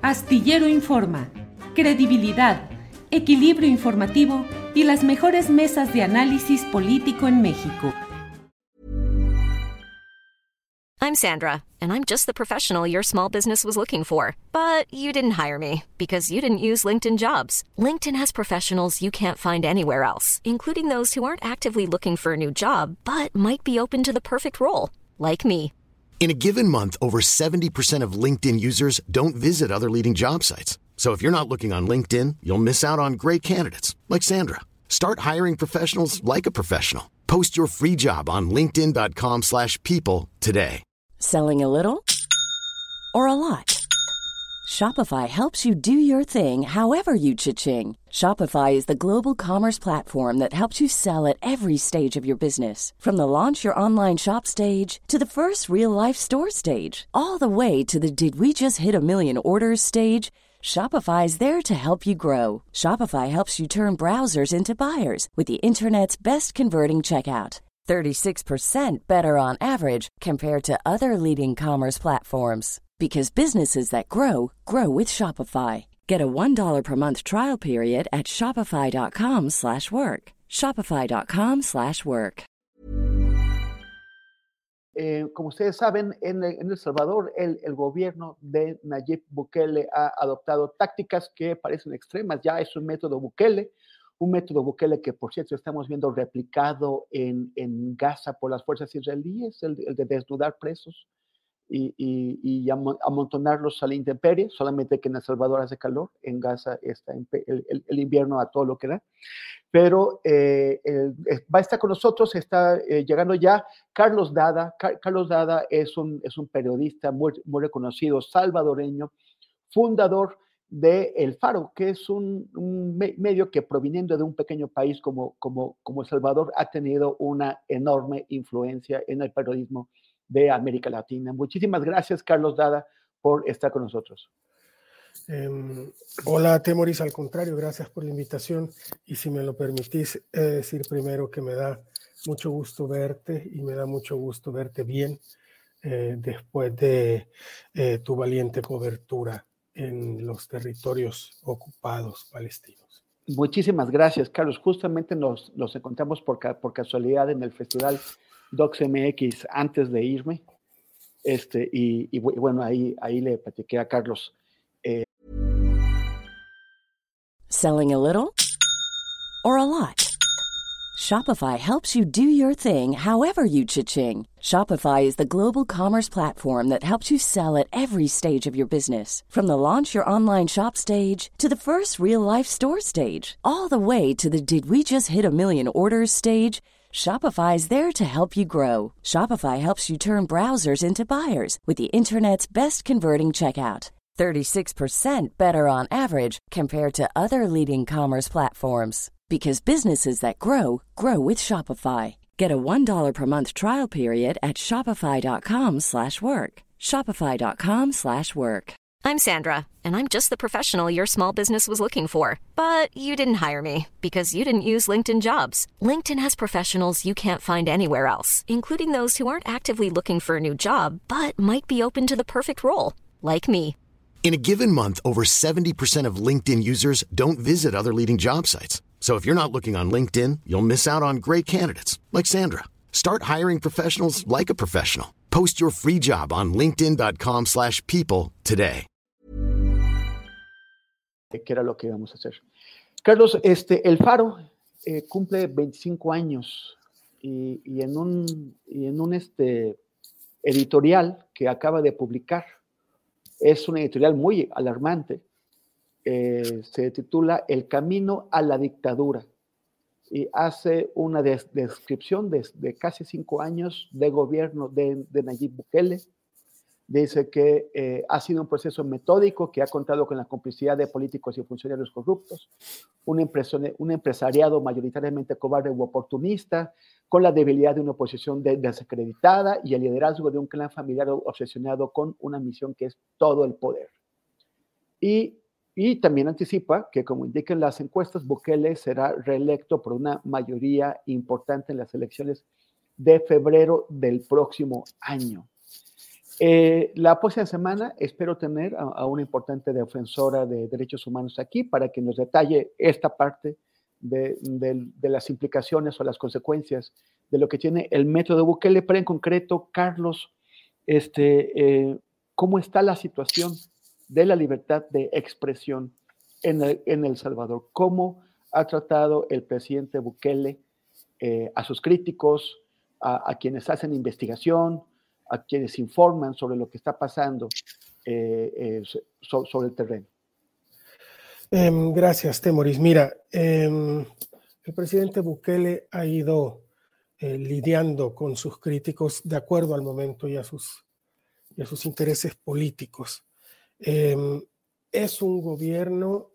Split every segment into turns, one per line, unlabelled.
Astillero Informa, credibilidad, equilibrio informativo y las mejores mesas de análisis político en México.
I'm Sandra, and I'm just the professional your small business was looking for. But you didn't hire me because you didn't use LinkedIn Jobs. LinkedIn has professionals you can't find anywhere else, including those who aren't actively looking for a new job, but might be open to the perfect role, like me.
In a given month, over 70% of LinkedIn users don't visit other leading job sites. So if you're not looking on LinkedIn, you'll miss out on great candidates like Sandra. Start hiring professionals like a professional. Post your free job on linkedin.com/people today.
Selling a little or a lot? Shopify helps you do your thing however you cha-ching. Shopify is the global commerce platform that helps you sell at every stage of your business. From the launch your online shop stage to the first real-life store stage, all the way to the did we just hit a million orders stage. Shopify is there to help you grow. Shopify helps you turn browsers into buyers with the internet's best converting checkout. 36% better on average compared to other leading commerce platforms. Because businesses that grow, grow with Shopify. Get a $1 per month trial period at shopify.com/work. Shopify.com/work.
Como ustedes saben, en El Salvador, el gobierno de Nayib Bukele ha adoptado tácticas que parecen extremas. Ya es un método Bukele que, por cierto, estamos viendo replicado en Gaza por las fuerzas israelíes, el de desnudar presos y amontonarlos a la intemperie, solamente que en El Salvador hace calor, en Gaza está el invierno a todo lo que da. Pero va a estar con nosotros, está llegando ya Carlos Dada. Carlos Dada es un periodista muy reconocido, salvadoreño, fundador de El Faro, que es un medio que, proviniendo de un pequeño país como El Salvador, ha tenido una enorme influencia en el periodismo de América Latina. Muchísimas gracias, Carlos Dada, por estar con nosotros.
Hola, Temoris, al contrario, gracias por la invitación, y si me lo permitís, decir primero que me da mucho gusto verte, y me da mucho gusto verte bien después de tu valiente cobertura en los territorios ocupados palestinos.
Muchísimas gracias, Carlos. Justamente nos encontramos por casualidad en el festival DocsMX antes de irme, y bueno, ahí le platiqué a Carlos.
Selling a little or a lot? Shopify helps you do your thing however you cha-ching. Shopify is the global commerce platform that helps you sell at every stage of your business. From the launch your online shop stage to the first real-life store stage, all the way to the did we just hit a million orders stage. Shopify is there to help you grow. Shopify helps you turn browsers into buyers with the internet's best converting checkout. 36% better on average compared to other leading commerce platforms. Because businesses that grow, grow with Shopify. Get a $1 per month trial period at shopify.com/work. Shopify.com/work.
I'm Sandra, and I'm just the professional your small business was looking for. But you didn't hire me because you didn't use LinkedIn Jobs. LinkedIn has professionals you can't find anywhere else, including those who aren't actively looking for a new job, but might be open to the perfect role, like me.
In a given month, over 70% of LinkedIn users don't visit other leading job sites. So if you're not looking on LinkedIn, you'll miss out on great candidates like Sandra. Start hiring professionals like a professional. Post your free job on linkedin.com/people today.
¿Qué era lo que íbamos a hacer? Carlos, El Faro cumple 25 años y en un editorial que acaba de publicar, es un editorial muy alarmante, se titula El camino a la dictadura, y hace una descripción de casi 5 años de gobierno de Nayib Bukele. Dice que ha sido un proceso metódico que ha contado con la complicidad de políticos y funcionarios corruptos, un empresariado mayoritariamente cobarde u oportunista, con la debilidad de una oposición desacreditada y el liderazgo de un clan familiar obsesionado con una misión que es todo el poder. Y también anticipa que, como indican las encuestas, Bukele será reelecto por una mayoría importante en las elecciones de febrero del próximo año. La próxima semana espero tener a una importante defensora de derechos humanos aquí para que nos detalle esta parte de las implicaciones o las consecuencias de lo que tiene el método Bukele, pero en concreto, Carlos, ¿cómo está la situación de la libertad de expresión en El Salvador? ¿Cómo ha tratado el presidente Bukele a sus críticos, a quienes hacen investigación, a quienes informan sobre lo que está pasando sobre el terreno?
Gracias, Temoris. Mira, el presidente Bukele ha ido lidiando con sus críticos de acuerdo al momento y a sus intereses políticos. Es un gobierno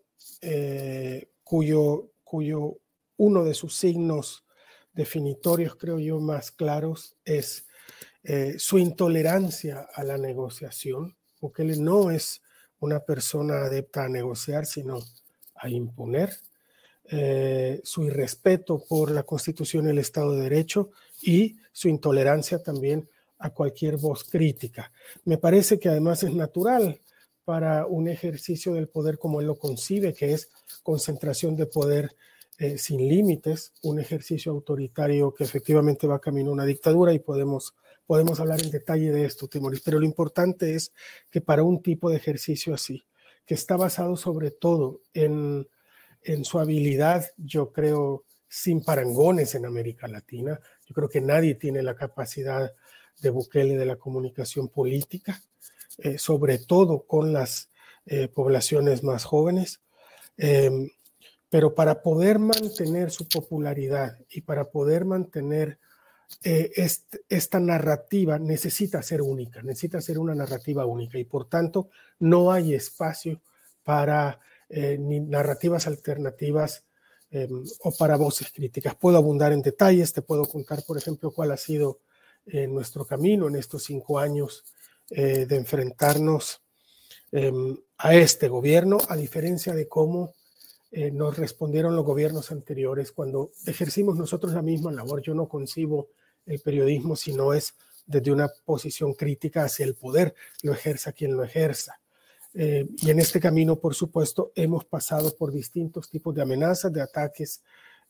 cuyo uno de sus signos definitorios, creo yo, más claros es su intolerancia a la negociación. Bukele no es una persona adepta a negociar, sino a imponer. Su irrespeto por la Constitución y el Estado de Derecho y su intolerancia también a cualquier voz crítica. Me parece que además es natural para un ejercicio del poder como él lo concibe, que es concentración de poder sin límites, un ejercicio autoritario que efectivamente va camino a una dictadura, y podemos hablar en detalle de esto, Temoris, pero lo importante es que para un tipo de ejercicio así, que está basado sobre todo en su habilidad, yo creo, sin parangones en América Latina, yo creo que nadie tiene la capacidad de Bukele de la comunicación política, sobre todo con las poblaciones más jóvenes, pero para poder mantener su popularidad y para poder mantener esta narrativa necesita ser única, necesita ser una narrativa única, y por tanto no hay espacio para ni narrativas alternativas o para voces críticas. Puedo abundar en detalles, te puedo contar, por ejemplo, cuál ha sido nuestro camino en estos 5 años de enfrentarnos a este gobierno, a diferencia de cómo nos respondieron los gobiernos anteriores cuando ejercimos nosotros la misma labor. Yo no concibo el periodismo si no es desde una posición crítica hacia el poder, lo ejerza quien lo ejerza. Y en este camino, por supuesto, hemos pasado por distintos tipos de amenazas, de ataques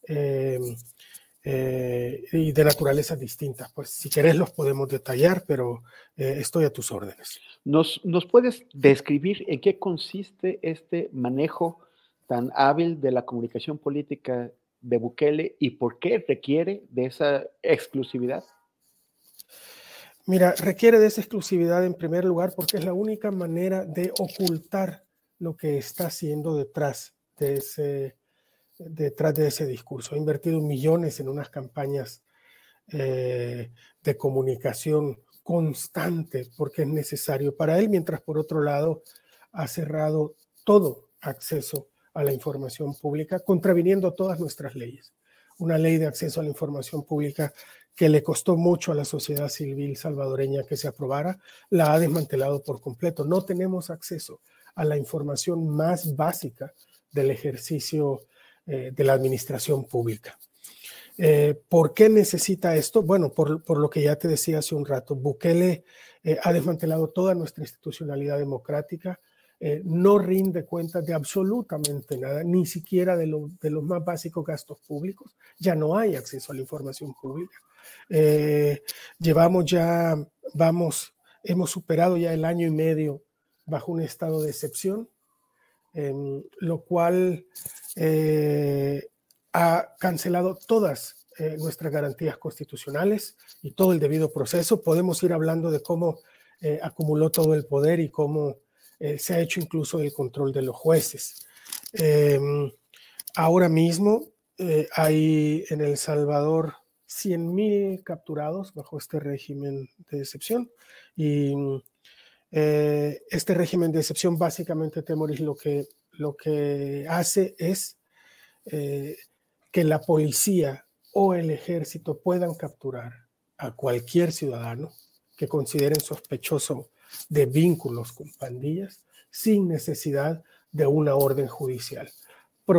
y de naturalezas distintas. Pues si querés los podemos detallar, pero estoy a tus órdenes.
¿Nos puedes describir en qué consiste este manejo tan hábil de la comunicación política de Bukele y por qué requiere de esa exclusividad?
Mira, requiere de esa exclusividad en primer lugar porque es la única manera de ocultar lo que está haciendo detrás de ese discurso. Ha invertido millones en unas campañas de comunicación constante porque es necesario para él, mientras por otro lado ha cerrado todo acceso a la información pública, contraviniendo todas nuestras leyes. Una ley de acceso a la información pública que le costó mucho a la sociedad civil salvadoreña que se aprobara, la ha desmantelado por completo. No tenemos acceso a la información más básica del ejercicio de la administración pública. ¿Por qué necesita esto? Bueno, por lo que ya te decía hace un rato, Bukele ha desmantelado toda nuestra institucionalidad democrática, no rinde cuentas de absolutamente nada, ni siquiera de los más básicos gastos públicos. Ya no hay acceso a la información pública. Hemos superado ya el 1 año y medio bajo un estado de excepción, lo cual ha cancelado todas nuestras garantías constitucionales y todo el debido proceso. Podemos ir hablando de cómo acumuló todo el poder y cómo se ha hecho incluso el control de los jueces. Ahora mismo hay en El Salvador 100,000 capturados bajo este régimen de excepción, y este régimen de excepción básicamente, Temoris, lo que hace es que la policía o el ejército puedan capturar a cualquier ciudadano que consideren sospechoso de vínculos con pandillas sin necesidad de una orden judicial.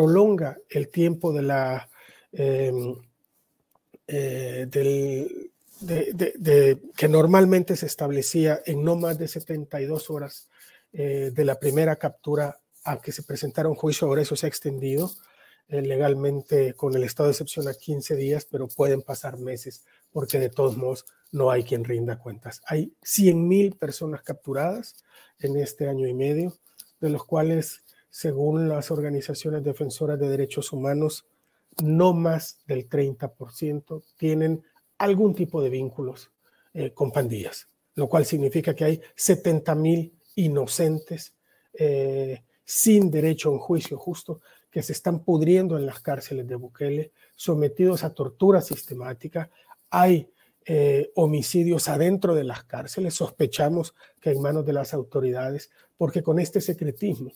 Prolonga el tiempo de que normalmente se establecía en no más de 72 horas de la primera captura a que se presentara un juicio. Ahora eso se ha extendido legalmente con el estado de excepción a 15 días, pero pueden pasar meses porque de todos modos no hay quien rinda cuentas. Hay 100,000 personas capturadas en este año y medio, de los cuales, según las organizaciones defensoras de derechos humanos, no más del 30% tienen algún tipo de vínculos con pandillas, lo cual significa que hay 70,000 inocentes sin derecho a un juicio justo que se están pudriendo en las cárceles de Bukele, sometidos a tortura sistemática. Hay homicidios adentro de las cárceles, sospechamos que en manos de las autoridades, porque con este secretismo,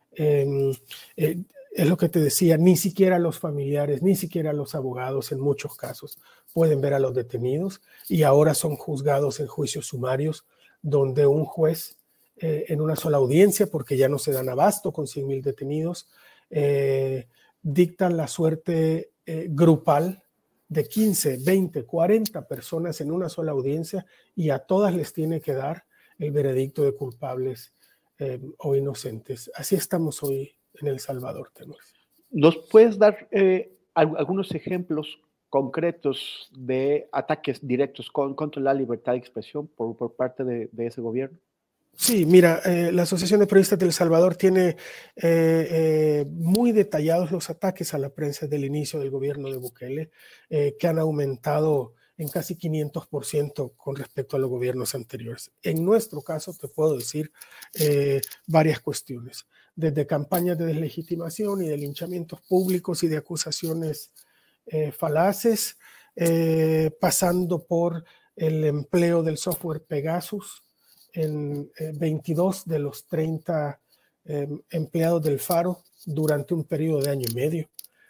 es lo que te decía, ni siquiera los familiares, ni siquiera los abogados en muchos casos pueden ver a los detenidos y ahora son juzgados en juicios sumarios donde un juez en una sola audiencia, porque ya no se dan abasto con 100,000 detenidos, dictan la suerte grupal de 15, 20, 40 personas en una sola audiencia y a todas les tiene que dar el veredicto de culpables o inocentes. Así estamos hoy en El Salvador, Tenor.
¿Nos puedes dar algunos ejemplos concretos de ataques directos contra la libertad de expresión por parte de ese gobierno?
Sí, mira, la Asociación de Periodistas de El Salvador tiene muy detallados los ataques a la prensa desde el inicio del gobierno de Bukele, que han aumentado en casi 500% con respecto a los gobiernos anteriores. En nuestro caso, te puedo decir varias cuestiones, desde campañas de deslegitimación y de linchamientos públicos y de acusaciones falaces, pasando por el empleo del software Pegasus en 22 de los 30 empleados del Faro durante un periodo de año y medio.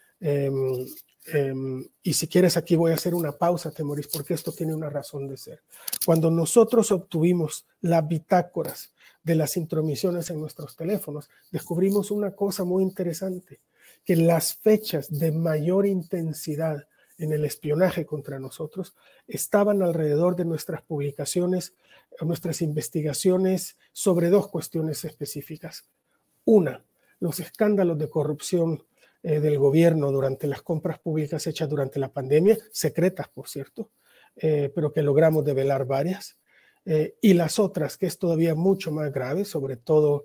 Y si quieres, aquí voy a hacer una pausa, Temoris, porque esto tiene una razón de ser. Cuando nosotros obtuvimos las bitácoras de las intromisiones en nuestros teléfonos, descubrimos una cosa muy interesante, que las fechas de mayor intensidad en el espionaje contra nosotros estaban alrededor de nuestras publicaciones, nuestras investigaciones sobre dos cuestiones específicas. Una, los escándalos de corrupción del gobierno durante las compras públicas hechas durante la pandemia, secretas por cierto, pero que logramos develar varias, y las otras, que es todavía mucho más grave, sobre todo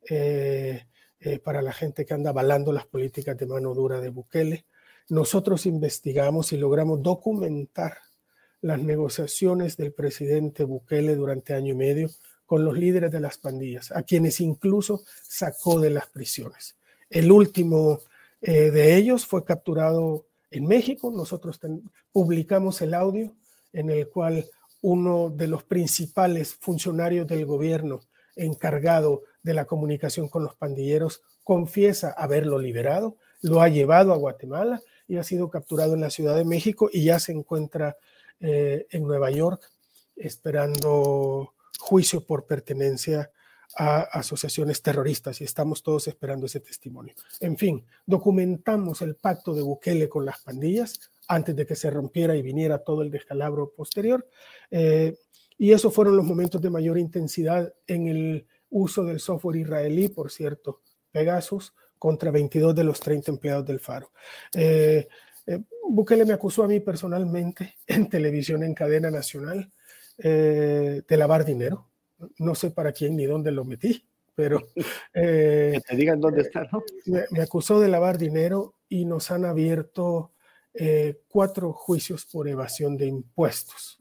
para la gente que anda avalando las políticas de mano dura de Bukele. Nosotros investigamos y logramos documentar las negociaciones del presidente Bukele durante año y medio con los líderes de las pandillas, a quienes incluso sacó de las prisiones. El último de ellos fue capturado en México. Nosotros publicamos el audio en el cual uno de los principales funcionarios del gobierno encargado de la comunicación con los pandilleros confiesa haberlo liberado, lo ha llevado a Guatemala y ha sido capturado en la Ciudad de México y ya se encuentra en Nueva York esperando juicio por pertenencia a asociaciones terroristas y estamos todos esperando ese testimonio. En fin, documentamos el pacto de Bukele con las pandillas antes de que se rompiera y viniera todo el descalabro posterior, y esos fueron los momentos de mayor intensidad en el uso del software israelí, por cierto, Pegasus, contra 22 de los 30 empleados del Faro. Bukele me acusó a mí personalmente en televisión en cadena nacional de lavar dinero. No sé para quién ni dónde lo metí, pero
que te digan dónde está, ¿no?
Me acusó de lavar dinero y nos han abierto 4 juicios por evasión de impuestos.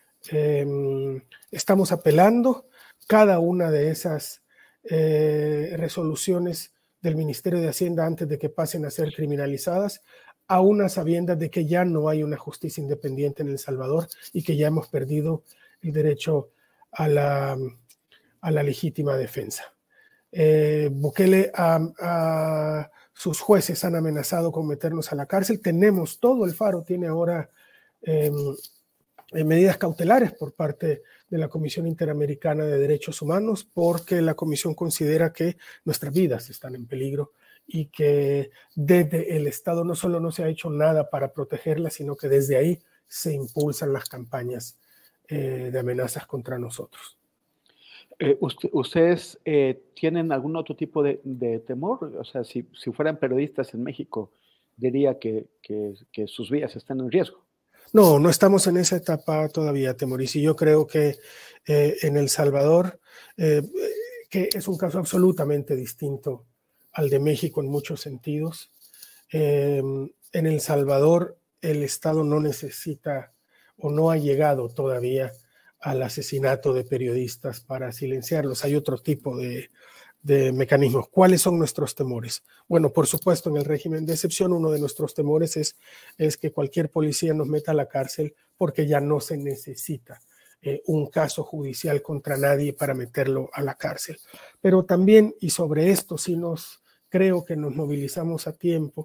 Estamos apelando cada una de esas resoluciones del Ministerio de Hacienda antes de que pasen a ser criminalizadas, a unas sabiendas de que ya no hay una justicia independiente en El Salvador y que ya hemos perdido el derecho a la legítima defensa. Bukele, sus jueces han amenazado con meternos a la cárcel. Tenemos todo el Faro, tiene ahora medidas cautelares por parte de la Comisión Interamericana de Derechos Humanos, porque la comisión considera que nuestras vidas están en peligro y que desde el Estado no solo no se ha hecho nada para protegerlas, sino que desde ahí se impulsan las campañas de amenazas contra nosotros.
¿Ustedes tienen algún otro tipo de temor? O sea, si fueran periodistas en México, diría que sus vidas están en riesgo.
No estamos en esa etapa todavía, Temoris, y yo creo que en El Salvador, que es un caso absolutamente distinto al de México en muchos sentidos, en El Salvador el Estado no necesita o no ha llegado todavía al asesinato de periodistas para silenciarlos. Hay otro tipo de mecanismos. ¿Cuáles son nuestros temores? Bueno, por supuesto, en el régimen de excepción, uno de nuestros temores es que cualquier policía nos meta a la cárcel porque ya no se necesita un caso judicial contra nadie para meterlo a la cárcel. Pero también, y sobre esto sí creo que nos movilizamos a tiempo,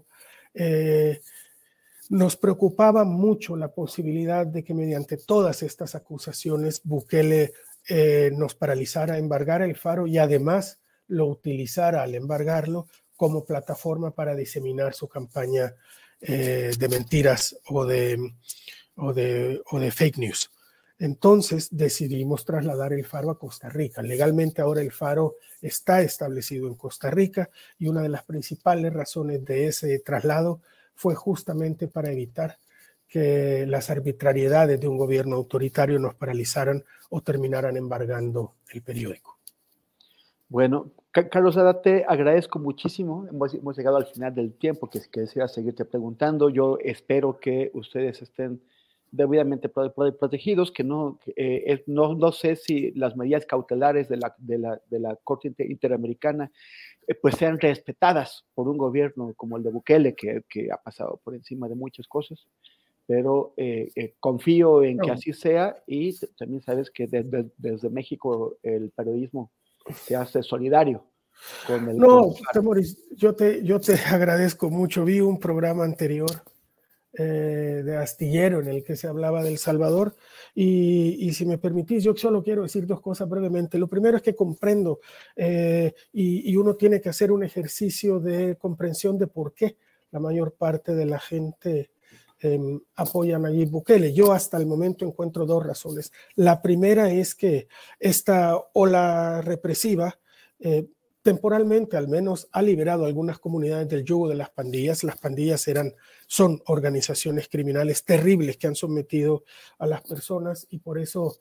nos preocupaba mucho la posibilidad de que mediante todas estas acusaciones Bukele nos paralizara, embargara el Faro y además lo utilizara al embargarlo como plataforma para diseminar su campaña de mentiras o de fake news. Entonces decidimos trasladar el Faro a Costa Rica. Legalmente ahora el Faro está establecido en Costa Rica y una de las principales razones de ese traslado fue justamente para evitar que las arbitrariedades de un gobierno autoritario nos paralizaran o terminaran embargando el periódico.
Bueno, Carlos Dada, te agradezco muchísimo. Hemos llegado al final del tiempo que desea seguirte preguntando. Yo espero que ustedes estén debidamente protegidos, que no sé si las medidas cautelares de la Corte Interamericana pues sean respetadas por un gobierno como el de Bukele, que ha pasado por encima de muchas cosas, pero confío en que así sea, y también sabes que desde México el periodismo se hace solidario con el...
No, Temoris, yo te agradezco mucho. Vi un programa anterior de Astillero en el que se hablaba de El Salvador y si me permitís, yo solo quiero decir dos cosas brevemente. Lo primero es que comprendo y uno tiene que hacer un ejercicio de comprensión de por qué la mayor parte de la gente apoya a Nayib Bukele. Yo hasta el momento encuentro dos razones. La primera es que esta ola represiva temporalmente al menos ha liberado a algunas comunidades del yugo de las pandillas. Las pandillas son organizaciones criminales terribles que han sometido a las personas y por eso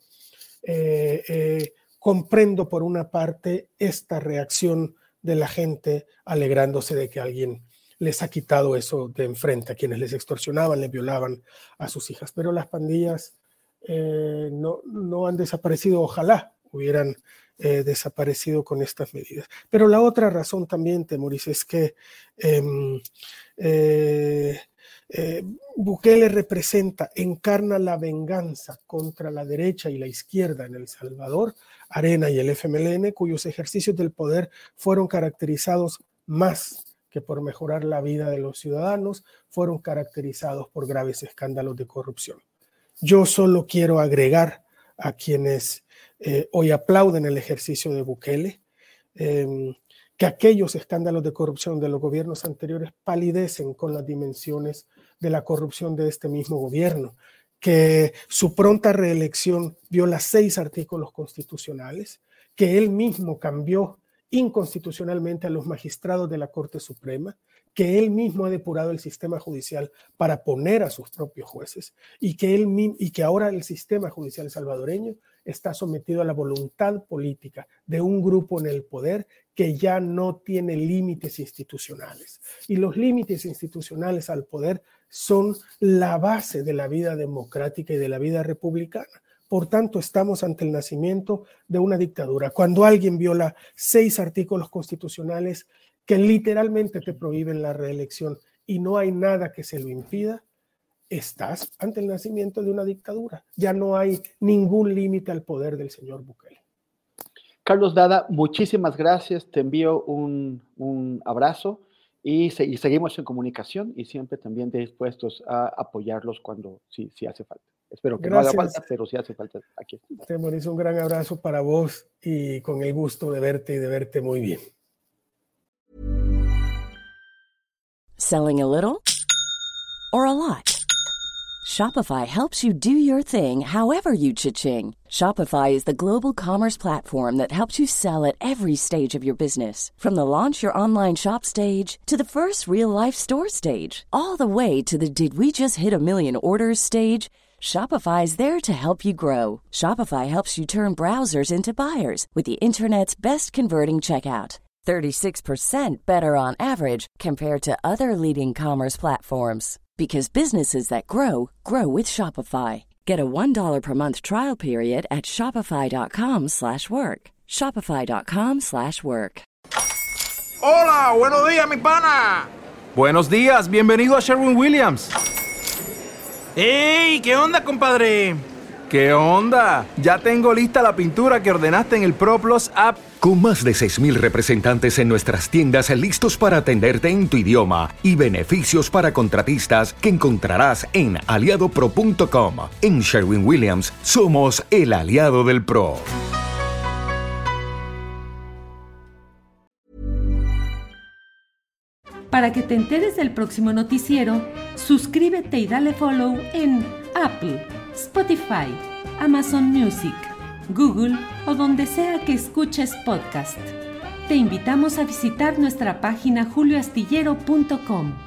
comprendo por una parte esta reacción de la gente alegrándose de que alguien les ha quitado eso de enfrente, a quienes les extorsionaban, les violaban a sus hijas. Pero las pandillas no han desaparecido, ojalá hubieran desaparecido con estas medidas. Pero la otra razón también, Temoris, es que Bukele encarna la venganza contra la derecha y la izquierda en El Salvador, Arena y el FMLN, cuyos ejercicios del poder fueron caracterizados más que por mejorar la vida de los ciudadanos, fueron caracterizados por graves escándalos de corrupción. Yo solo quiero agregar a quienes hoy aplauden el ejercicio de Bukele, que aquellos escándalos de corrupción de los gobiernos anteriores palidecen con las dimensiones de la corrupción de este mismo gobierno, que su pronta reelección viola 6 artículos constitucionales, que él mismo cambió inconstitucionalmente a los magistrados de la Corte Suprema, que él mismo ha depurado el sistema judicial para poner a sus propios jueces y que ahora el sistema judicial salvadoreño está sometido a la voluntad política de un grupo en el poder que ya no tiene límites institucionales. Y los límites institucionales al poder son la base de la vida democrática y de la vida republicana. Por tanto, estamos ante el nacimiento de una dictadura. Cuando alguien viola 6 artículos constitucionales que literalmente te prohíben la reelección y no hay nada que se lo impida, estás ante el nacimiento de una dictadura. Ya no hay ningún límite al poder del señor Bukele.
Carlos Dada, muchísimas gracias. Te envío un abrazo y seguimos en comunicación y siempre también dispuestos a apoyarlos cuando sí hace falta. Espero que
gracias.
No haga falta, pero sí hace falta aquí.
Temoris, un gran abrazo para vos y con el gusto de verte y de verte muy bien.
Selling a little or a lot? Shopify helps you do your thing however you cha-ching. Shopify is the global commerce platform that helps you sell at every stage of your business. From the launch your online shop stage to the first real-life store stage, all the way to the did we just hit a million orders stage. Shopify is there to help you grow. Shopify helps you turn browsers into buyers with the internet's best converting checkout. 36% better on average compared to other leading commerce platforms. Because businesses that grow, grow with Shopify. Get a $1 per month trial period at shopify.com/work. Shopify.com/work.
Hola, buenos días, mi pana.
Buenos días, bienvenido a Sherwin-Williams.
¡Ey! ¿Qué onda, compadre?
¿Qué onda? Ya tengo lista la pintura que ordenaste en el ProPlus app.
Con más de 6,000 representantes en nuestras tiendas listos para atenderte en tu idioma y beneficios para contratistas que encontrarás en aliadopro.com. En Sherwin-Williams somos el aliado del pro.
Para que te enteres del próximo noticiero, suscríbete y dale follow en Apple, Spotify, Amazon Music, Google o donde sea que escuches podcast. Te invitamos a visitar nuestra página julioastillero.com.